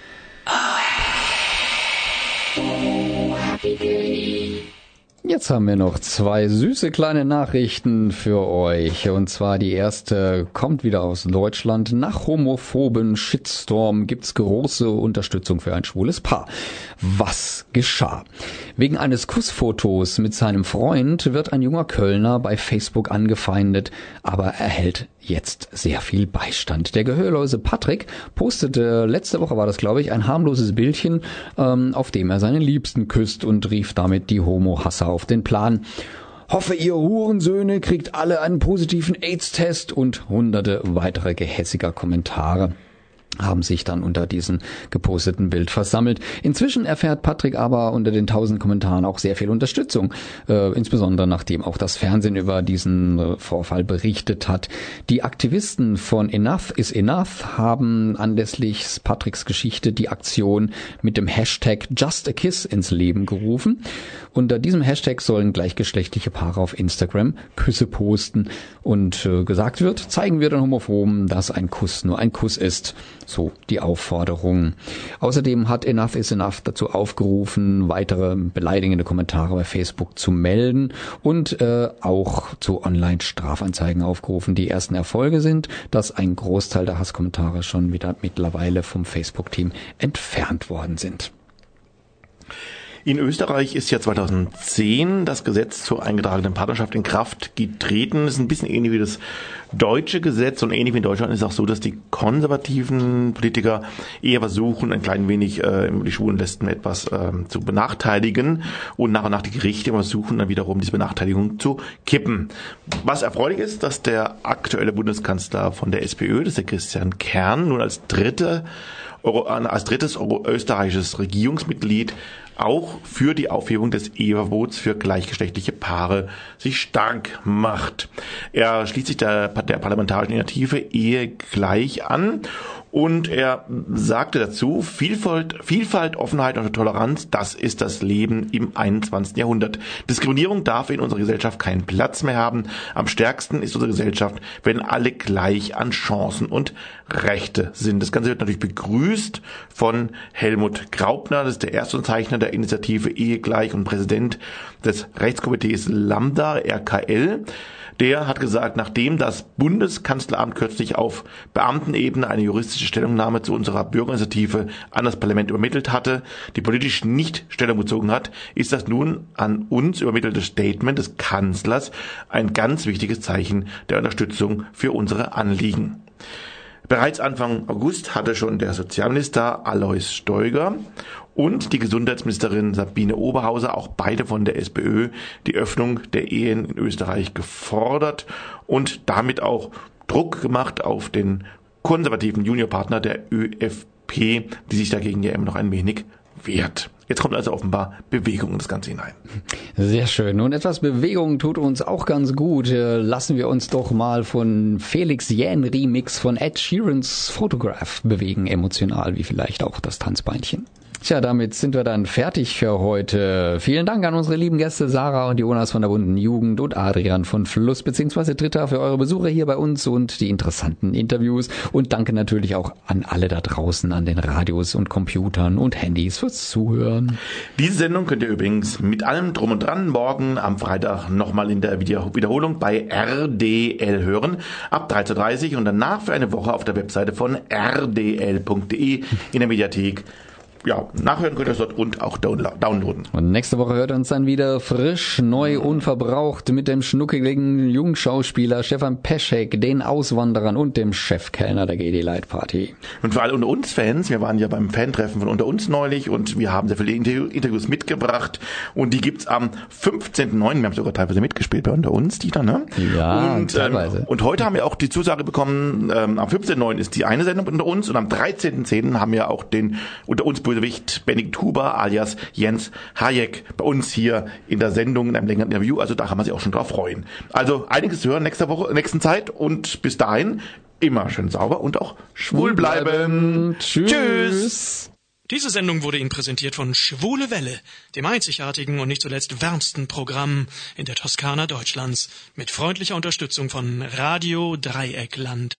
Jetzt haben wir noch 2 süße kleine Nachrichten für euch. Und zwar die erste kommt wieder aus Deutschland. Nach homophoben Shitstorm gibt's große Unterstützung für ein schwules Paar. Was geschah? Wegen eines Kussfotos mit seinem Freund wird ein junger Kölner bei Facebook angefeindet, aber erhält jetzt sehr viel Beistand. Der gehörlose Patrick postete, letzte Woche war das, glaube ich, ein harmloses Bildchen, auf dem er seinen Liebsten küsst, und rief damit die Homo-Hasser auf den Plan. Hoffe, ihr Hurensöhne kriegt alle einen positiven AIDS-Test, und hunderte weitere gehässiger Kommentare haben sich dann unter diesem geposteten Bild versammelt. Inzwischen erfährt Patrick aber unter den 1000 Kommentaren auch sehr viel Unterstützung, insbesondere nachdem auch das Fernsehen über diesen Vorfall berichtet hat. Die Aktivisten von Enough is Enough haben anlässlich Patricks Geschichte die Aktion mit dem Hashtag Just a Kiss ins Leben gerufen. Unter diesem Hashtag sollen gleichgeschlechtliche Paare auf Instagram Küsse posten, und gesagt wird, zeigen wir den Homophoben, dass ein Kuss nur ein Kuss ist. So die Aufforderung. Außerdem hat Enough is Enough dazu aufgerufen, weitere beleidigende Kommentare bei Facebook zu melden, und auch zu Online-Strafanzeigen aufgerufen. Die ersten Erfolge sind, dass ein Großteil der Hasskommentare schon wieder mittlerweile vom Facebook-Team entfernt worden sind. In Österreich ist ja 2010 das Gesetz zur eingetragenen Partnerschaft in Kraft getreten. Das ist ein bisschen ähnlich wie das deutsche Gesetz, und ähnlich wie in Deutschland ist es auch so, dass die konservativen Politiker eher versuchen, ein klein wenig die schwulen Lesben etwas zu benachteiligen, und nach die Gerichte versuchen dann wiederum diese Benachteiligung zu kippen. Was erfreulich ist, dass der aktuelle Bundeskanzler von der SPÖ, das ist der Christian Kern, nun als dritter als drittes österreichisches Regierungsmitglied auch für die Aufhebung des Eheverbots für gleichgeschlechtliche Paare sich stark macht. Er schließt sich der parlamentarischen Initiative Ehe gleich an und er sagte dazu, Vielfalt, Offenheit und Toleranz, das ist das Leben im 21. Jahrhundert. Diskriminierung darf in unserer Gesellschaft keinen Platz mehr haben. Am stärksten ist unsere Gesellschaft, wenn alle gleich an Chancen und Rechte sind. Das Ganze wird natürlich begrüßt von Helmut Graupner, das ist der erste Unterzeichner der Initiative Ehe gleich und Präsident des Rechtskomitees Lambda, RKL. Der hat gesagt, nachdem das Bundeskanzleramt kürzlich auf Beamtenebene eine juristische Stellungnahme zu unserer Bürgerinitiative an das Parlament übermittelt hatte, die politisch nicht Stellung bezogen hat, ist das nun an uns übermittelte Statement des Kanzlers ein ganz wichtiges Zeichen der Unterstützung für unsere Anliegen. Bereits Anfang August hatte schon der Sozialminister Alois Steuger und die Gesundheitsministerin Sabine Oberhauser, auch beide von der SPÖ, die Öffnung der Ehen in Österreich gefordert und damit auch Druck gemacht auf den konservativen Juniorpartner der ÖFP, die sich dagegen ja immer noch ein wenig wehrt. Jetzt kommt also offenbar Bewegung in das Ganze hinein. Sehr schön. Und etwas Bewegung tut uns auch ganz gut. Lassen wir uns doch mal von Felix Jähn Remix von Ed Sheerans Photograph bewegen, emotional wie vielleicht auch das Tanzbeinchen. Tja, damit sind wir dann fertig für heute. Vielen Dank an unsere lieben Gäste Sarah und Jonas von der Bunten Jugend und Adrian von Fluss bzw. Dritter für eure Besuche hier bei uns und die interessanten Interviews. Und danke natürlich auch an alle da draußen an den Radios und Computern und Handys fürs Zuhören. Diese Sendung könnt ihr übrigens mit allem drum und dran morgen am Freitag nochmal in der Wiederholung bei RDL hören, ab 13:30 Uhr und danach für eine Woche auf der Webseite von rdl.de in der Mediathek. Ja, nachhören könnt ihr es dort und auch downloaden. Und nächste Woche hört uns dann wieder frisch, neu, unverbraucht mit dem schnuckeligen Jungschauspieler Stefan Peschek, den Auswanderern und dem Chefkellner der GD Light Party. Und für alle Unter uns Fans, wir waren ja beim Fantreffen von Unter uns neulich und wir haben sehr viele Interviews mitgebracht und die gibt's am 15.09. Wir haben sogar teilweise mitgespielt bei Unter uns, Dieter, ne? Ja, und, teilweise. Und heute haben wir auch die Zusage bekommen, am 15.09. ist die eine Sendung Unter uns und am 13.10. haben wir auch den Unter uns Bösewicht Benedikt Huber alias Jens Hayek bei uns hier in der Sendung in einem längeren Interview. Also da kann man sich auch schon drauf freuen. Also einiges zu hören nächsten Zeit und bis dahin immer schön sauber und auch schwul bleiben. Tschüss. Diese Sendung wurde Ihnen präsentiert von Schwule Welle, dem einzigartigen und nicht zuletzt wärmsten Programm in der Toskana Deutschlands, mit freundlicher Unterstützung von Radio Dreieckland.